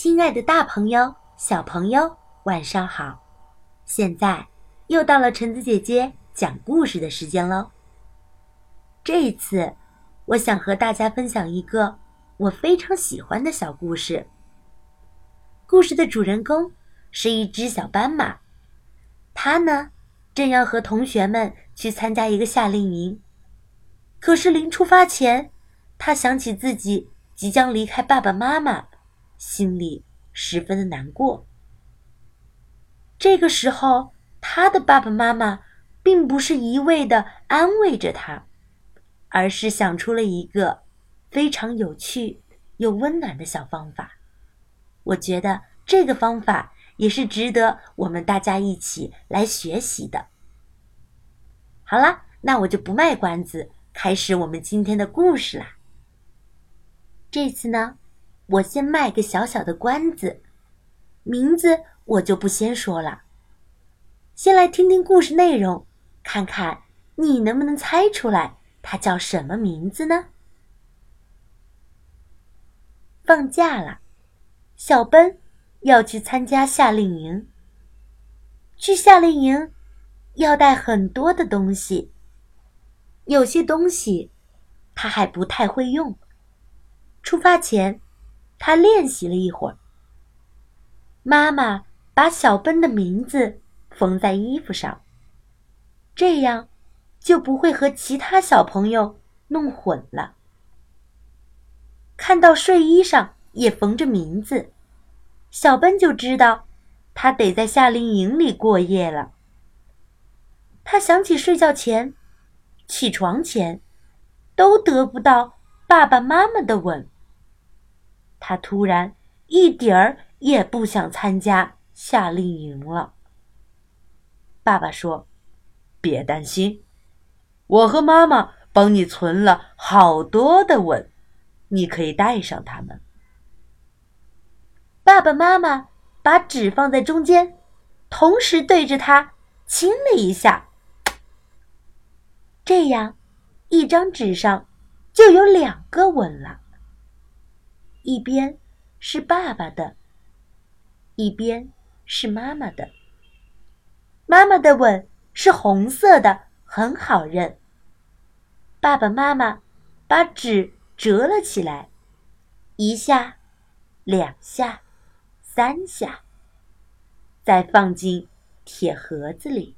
亲爱的大朋友、小朋友，晚上好！现在又到了橙子姐姐讲故事的时间喽。这一次，我想和大家分享一个我非常喜欢的小故事。故事的主人公是一只小斑马，它呢，正要和同学们去参加一个夏令营。可是临出发前，它想起自己即将离开爸爸妈妈，心里十分的难过。这个时候，他的爸爸妈妈并不是一味地安慰着他，而是想出了一个非常有趣又温暖的小方法。我觉得这个方法也是值得我们大家一起来学习的。好啦，那我就不卖关子，开始我们今天的故事啦。这次呢，我先卖个小小的关子，名字我就不先说了。先来听听故事内容，看看你能不能猜出来它叫什么名字呢？放假了，小奔要去参加夏令营。去夏令营要带很多的东西，有些东西他还不太会用。出发前，他练习了一会儿。妈妈把小奔的名字缝在衣服上，这样就不会和其他小朋友弄混了。看到睡衣上也缝着名字，小奔就知道他得在夏令营里过夜了。他想起睡觉前、起床前都得不到爸爸妈妈的吻，他突然一点儿也不想参加夏令营了。爸爸说：“别担心，我和妈妈帮你存了好多的吻，你可以带上它们。”爸爸妈妈把纸放在中间，同时对着它亲了一下。这样，一张纸上就有2个吻了。一边是爸爸的，一边是妈妈的。妈妈的吻是红色的，很好认。爸爸妈妈把纸折了起来，1下、2下、3下，再放进铁盒子里。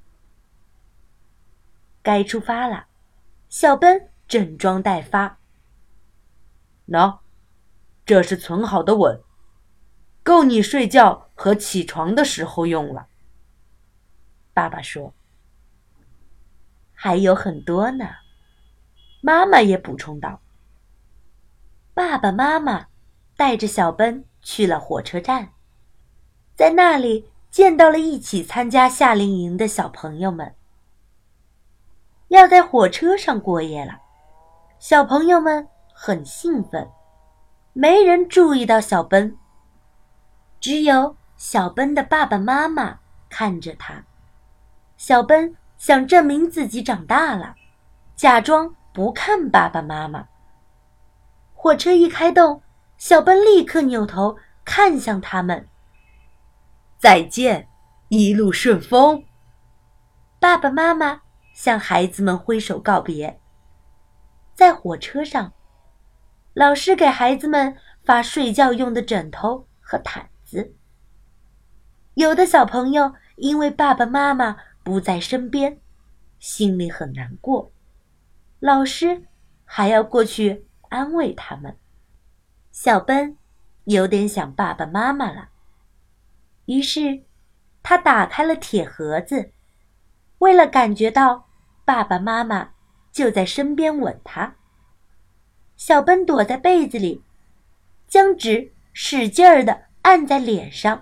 该出发了，小奔整装待发。喏，这是存好的吻，够你睡觉和起床的时候用了。爸爸说。还有很多呢，妈妈也补充道。爸爸妈妈带着小奔去了火车站，在那里见到了一起参加夏令营的小朋友们。要在火车上过夜了，小朋友们很兴奋，没人注意到小奔，只有小奔的爸爸妈妈看着他。小奔想证明自己长大了，假装不看爸爸妈妈。火车一开动，小奔立刻扭头看向他们。再见，一路顺风。爸爸妈妈向孩子们挥手告别。在火车上，老师给孩子们发睡觉用的枕头和毯子。有的小朋友因为爸爸妈妈不在身边，心里很难过，老师还要过去安慰他们。小奔有点想爸爸妈妈了，于是他打开了铁盒子，为了感觉到爸爸妈妈就在身边吻他。小奔躲在被子里，将纸使劲儿地按在脸上。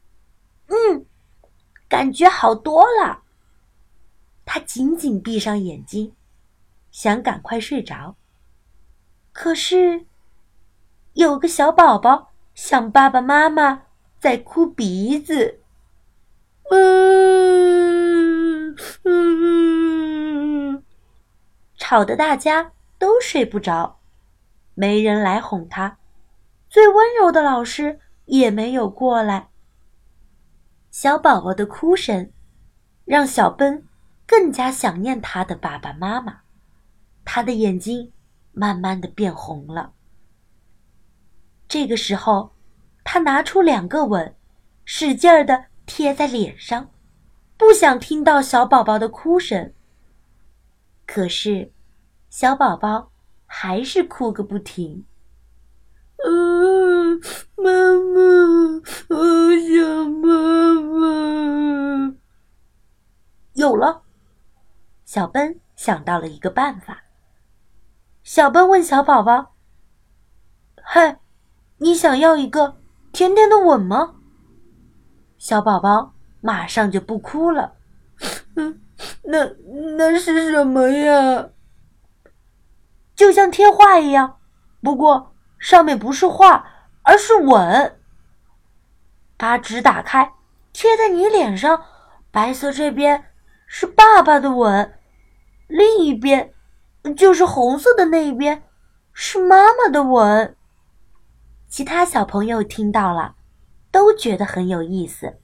感觉好多了。他紧紧闭上眼睛，想赶快睡着。可是，有个小宝宝想爸爸妈妈在哭鼻子。吵得大家都睡不着，没人来哄他。最温柔的老师也没有过来。小宝宝的哭声让小奔更加想念他的爸爸妈妈，他的眼睛慢慢的变红了。这个时候，他拿出2个吻，使劲儿地贴在脸上，不想听到小宝宝的哭声。可是，小宝宝还是哭个不停。妈妈，我想妈妈。有了，小奔想到了一个办法。小奔问小宝宝：“嗨，你想要一个甜甜的吻吗？”小宝宝马上就不哭了。那是什么呀？就像贴画一样，不过上面不是画，而是吻。把纸打开，贴在你脸上，白色这边是爸爸的吻，另一边就是红色的那一边是妈妈的吻。其他小朋友听到了，都觉得很有意思。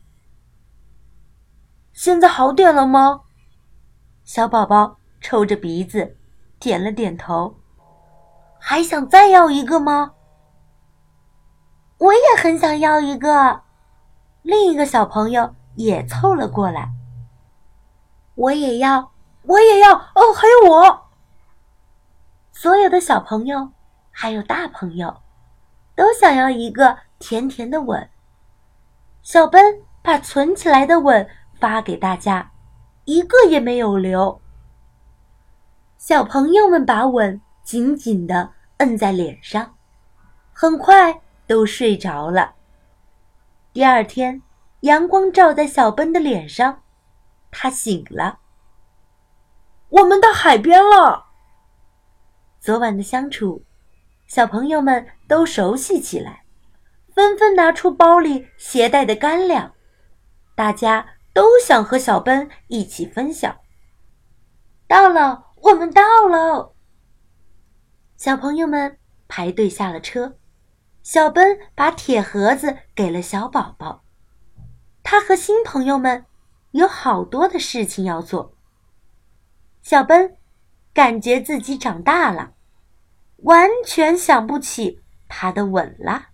现在好点了吗？小宝宝抽着鼻子，点了点头。还想再要一个吗？我也很想要一个。另一个小朋友也凑了过来。我也要，我也要，哦，还有我。所有的小朋友，还有大朋友，都想要一个甜甜的吻。小奔把存起来的吻发给大家，一个也没有留。小朋友们把吻紧紧地摁在脸上，很快都睡着了。第二天，阳光照在小奔的脸上，他醒了。我们到海边了。昨晚的相处，小朋友们都熟悉起来，纷纷拿出包里携带的干粮，大家都想和小奔一起分享。到了，我们到了。小朋友们排队下了车，小奔把铁盒子给了小宝宝。他和新朋友们有好多的事情要做。小奔感觉自己长大了，完全想不起他的吻了。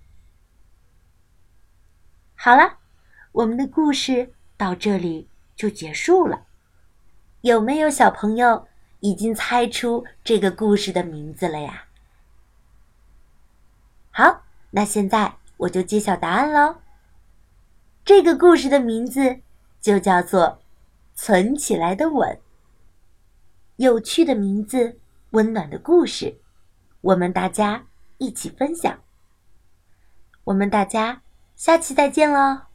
好了，我们的故事到这里就结束了。有没有小朋友已经猜出这个故事的名字了呀？好，那现在我就揭晓答案喽。这个故事的名字就叫做《存起来的吻》。有趣的名字，温暖的故事，我们大家一起分享。我们大家下期再见喽。